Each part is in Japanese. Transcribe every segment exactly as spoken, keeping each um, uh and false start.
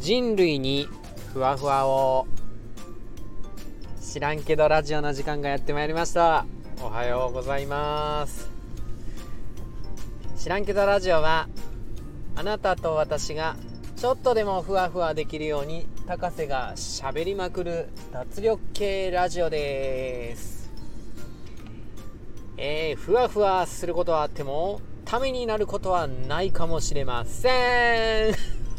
人類にふわふわを。知らんけどラジオの時間がやってまいりました。おはようございます。知らんけどラジオはあなたと私がちょっとでもふわふわできるように高瀬がしゃべりまくる脱力系ラジオです。えー、ふわふわすることはあってもためになることはないかもしれません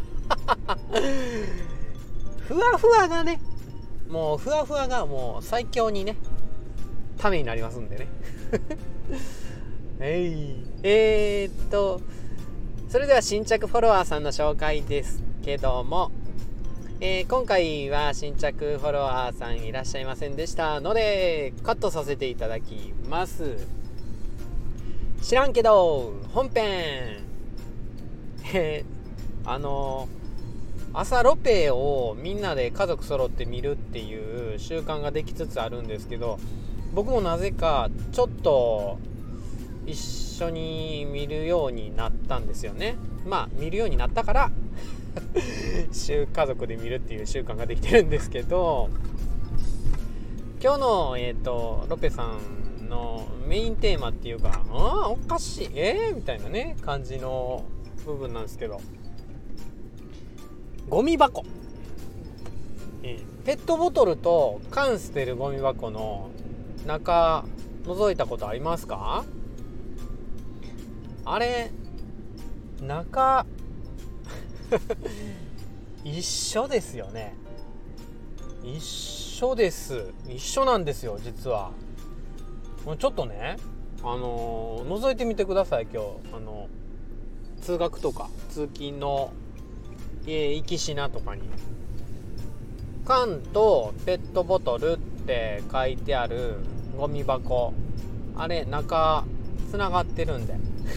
ふわふわがね、もうふわふわがもう最強にねためになりますんでねえいえー、っとそれでは新着フォロワーさんの紹介ですけども、えー、今回は新着フォロワーさんいらっしゃいませんでしたのでカットさせていただきます。知らんけど本編、えー、あのー朝ロペをみんなで家族揃って見るっていう習慣ができつつあるんですけど、僕もなぜかちょっと一緒に見るようになったんですよね。まあ見るようになったから週家族で見るっていう習慣ができてるんですけど、今日の、えーと、ロペさんのメインテーマっていうか、ああおかしいえー、みたいなね感じの部分なんですけど、ゴミ箱、えー、ペットボトルと缶捨てるゴミ箱の中覗いたことありますか？あれ中一緒ですよね。一緒です一緒なんですよ。実はちょっとね、あのー、覗いてみてください。今日あの通学とか通勤の行きしなとかに缶とペットボトルって書いてあるゴミ箱、あれ中つながってるんで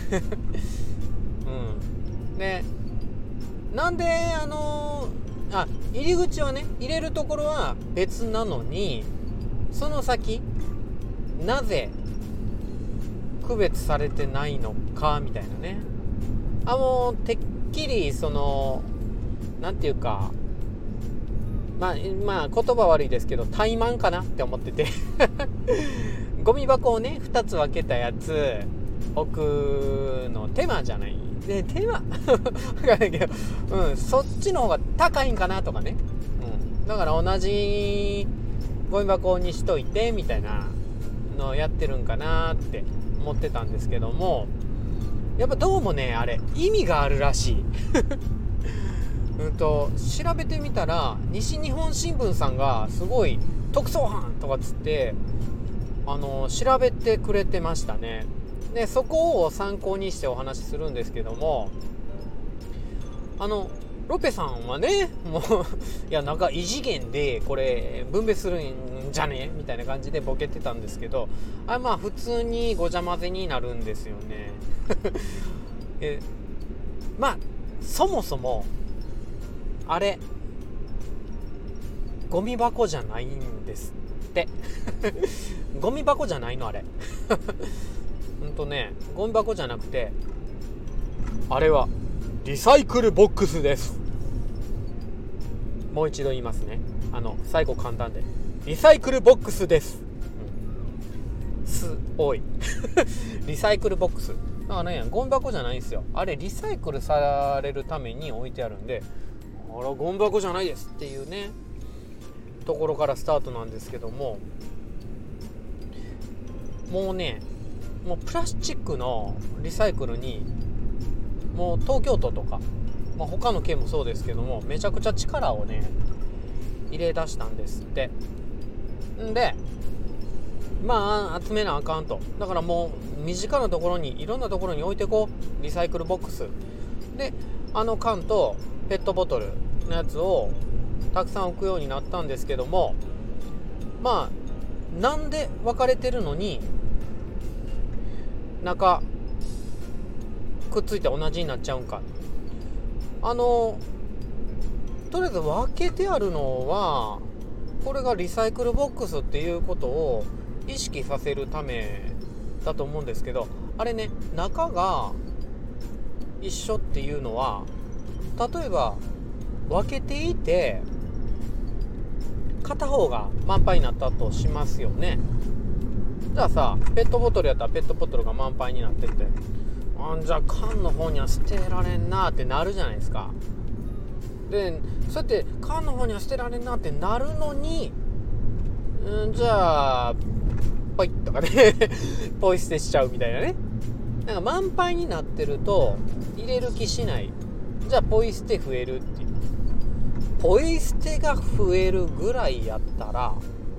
うんでなんであのー、あ入り口はね入れるところは別なのに、その先なぜ区別されてないのかみたいなね。あもうてっきりそのなんていうか、まあまあ言葉悪いですけど怠慢かなって思っててゴミ箱をねふたつ分けたやつ置くの手間じゃないで手間分かんないけど、うん、そっちの方が高いんかなとかね、うん、だから同じゴミ箱にしといてみたいなのをやってるんかなって思ってたんですけども、やっぱどうもねあれ意味があるらしいうんと調べてみたら西日本新聞さんがすごい特捜班とかつってあの調べてくれてましたね。でそこを参考にしてお話しするんですけども、あのロペさんはねもういやなんか異次元でこれ分別するんじゃねみたいな感じでボケてたんですけど、あまあ普通にごちゃ混ぜになるんですよねえまあそもそもあれゴミ箱じゃないんですってゴミ箱じゃないのあれほんとねゴミ箱じゃなくてあれはリサイクルボックスです。もう一度言いますね。あの最後簡単でリサイクルボックスです、うん、す多いリサイクルボックスだからねゴミ箱じゃないんですよ。あれリサイクルされるために置いてあるんで、あらゴミ箱じゃないですっていうねところからスタートなんですけども、もうねもうプラスチックのリサイクルにもう東京都とか、まあ、他の県もそうですけどもめちゃくちゃ力をね入れ出したんですって。んでまあ集めなあかんと、だからもう身近なところにいろんなところに置いてこうリサイクルボックスで、あの缶とペットボトルのやつをたくさん置くようになったんですけども、まあなんで分かれてるのに中くっついて同じになっちゃうんか。あのとりあえず分けてあるのはこれがリサイクルボックスっていうことを意識させるためだと思うんですけど、あれね中が一緒っていうのは例えば分けていて片方が満杯になったとしますよね。じゃあさ、ペットボトルやったらペットボトルが満杯になってて、あじゃあ缶の方には捨てられんなってなるじゃないですか。でそうやって缶の方には捨てられんなってなるのに、んじゃあポイッとかねポイ捨てしちゃうみたいなね。なんか満杯になってると入れる気しない。じゃあポイ捨て増えるっていう。ポイ捨てが増えるぐらいやったら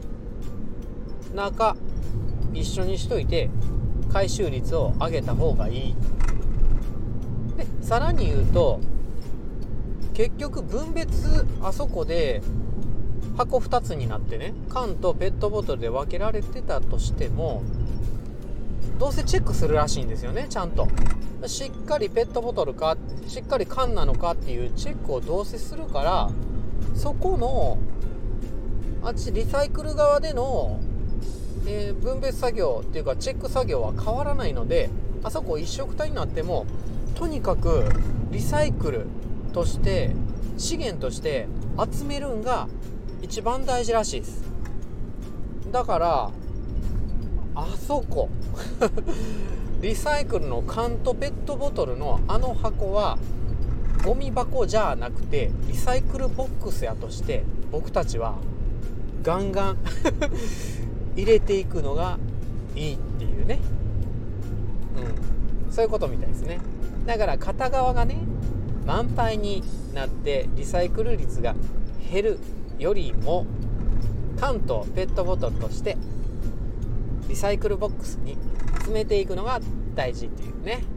中一緒にしといて回収率を上げた方がいい。でさらに言うと、結局分別あそこで箱ふたつになってね、缶とペットボトルで分けられてたとしても、どうせチェックするらしいんですよね。ちゃんとしっかりペットボトルか、しっかり缶なのかっていうチェックをどうせするから、そこのあっちリサイクル側での、えー、分別作業っていうかチェック作業は変わらないので、あそこ一色体になってもとにかくリサイクルとして資源として集めるんが一番大事らしいです。だからあそこリサイクルの缶とペットボトルのあの箱はゴミ箱じゃなくてリサイクルボックスやとして僕たちはガンガン入れていくのがいいっていうね、うん、そういうことみたいですね。だから片側がね満杯になってリサイクル率が減るよりも、缶とペットボトルとしてリサイクルボックスに詰めていくのが大事っていうね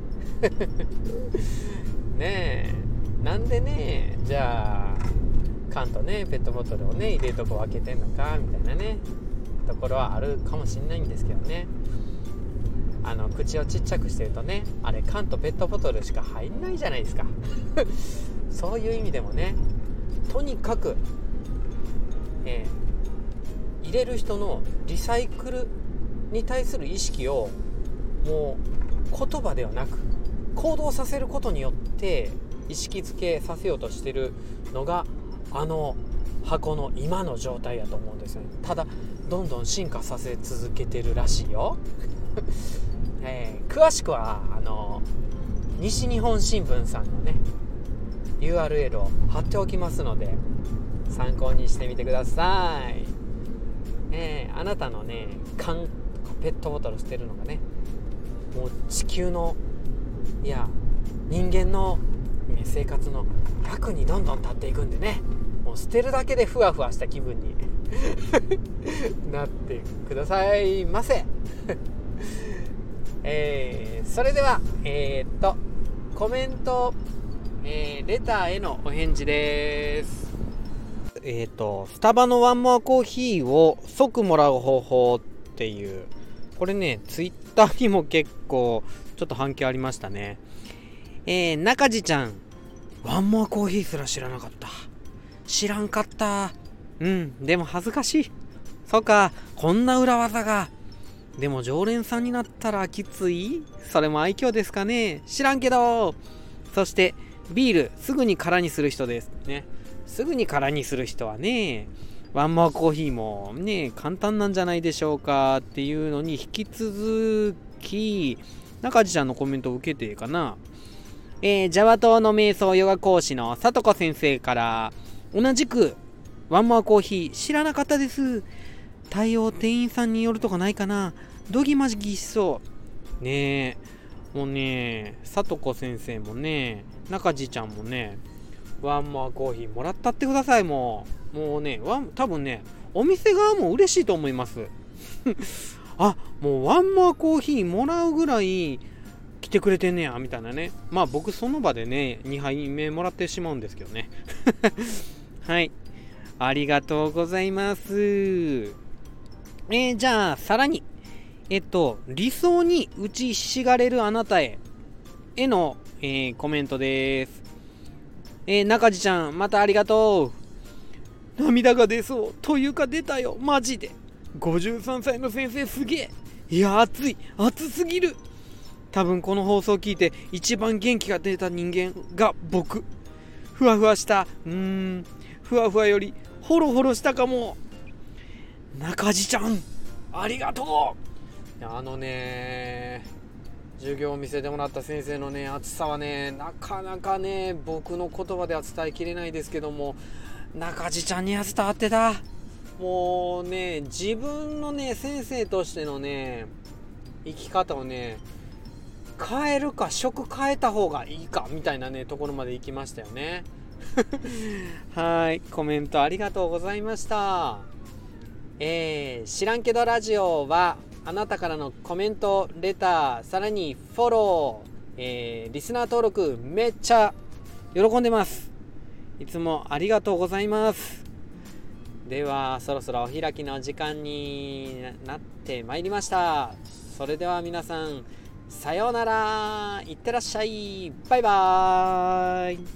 ねえ、なんでね、じゃあ缶とねペットボトルをね入れるとこ分けてんのかみたいなねところはあるかもしれないんですけどね。あの口をちっちゃくしてるとね、あれ缶とペットボトルしか入んないじゃないですかそういう意味でもね、とにかく、えー、入れる人のリサイクルに対する意識をもう言葉ではなく行動させることによって意識づけさせようとしてるのがあの箱の今の状態だと思うんですよね。ただどんどん進化させ続けてるらしいよえー、詳しくはあの西日本新聞さんのね ユーアールエル を貼っておきますので参考にしてみてください。えー、あなたのね缶とかペットボトル捨てるのがね、もう地球のいや人間の生活の楽にどんどん立っていくんでね、もう捨てるだけでふわふわした気分になってくださいませえー、それではえー、っとコメント、えー、レターへのお返事です。えー、っとスタバのワンモアコーヒーを即もらう方法っていう、これねツイッターにも結構ちょっと反響ありましたね。えー、中地ちゃん、ワンモアコーヒーすら知らなかった。知らんかった。うん、でも恥ずかしい。そうか、こんな裏技が。でも常連さんになったらきつい？それも愛嬌ですかね？知らんけど。そしてビールすぐに空にする人ですね。すぐに空にする人はね、ワンモアコーヒーもね簡単なんじゃないでしょうかっていうのに引き続き中地ちゃんのコメントを受けてかな。えー、ジャワ島の瞑想ヨガ講師のさとこ先生から、同じくワンモアコーヒー知らなかったです。対応店員さんによるとかないかな。どぎまぎしそうねえ。もうね、さとこ先生もね、中地ちゃんもね、ワンモアコーヒーもらったってください。もうもうね、ワン多分ねお店側も嬉しいと思いますあ、もうワンモアコーヒーもらうぐらい来てくれてんねやみたいなね。まあ僕その場でねにはいめもらってしまうんですけどねはい、ありがとうございます。えー、じゃあさらにえっと理想に打ちひしがれるあなたへへの、えー、コメントです。えー、中地ちゃんまたありがとう。涙が出そうというか出たよマジで。ごじゅうさんさいの先生すげえ。いや熱い熱すぎる。多分この放送を聞いて一番元気が出た人間が僕。 ふわふわした、うーんふわふわよりホロホロしたかも。中地ちゃんありがとう。あのね授業を見せてもらった先生のね熱さはねなかなかね僕の言葉では伝えきれないですけども、中地ちゃんには伝わってた。もうね自分のね先生としてのね生き方をね変えるか職変えた方がいいかみたいなねところまで行きましたよねはい、コメントありがとうございました。えー、知らんけどラジオはあなたからのコメント、レター、さらにフォロー、えー、リスナー登録めっちゃ喜んでます。いつもありがとうございます。ではそろそろお開きの時間になってまいりました。それでは皆さんさようなら、いってらっしゃい、バイバーイ。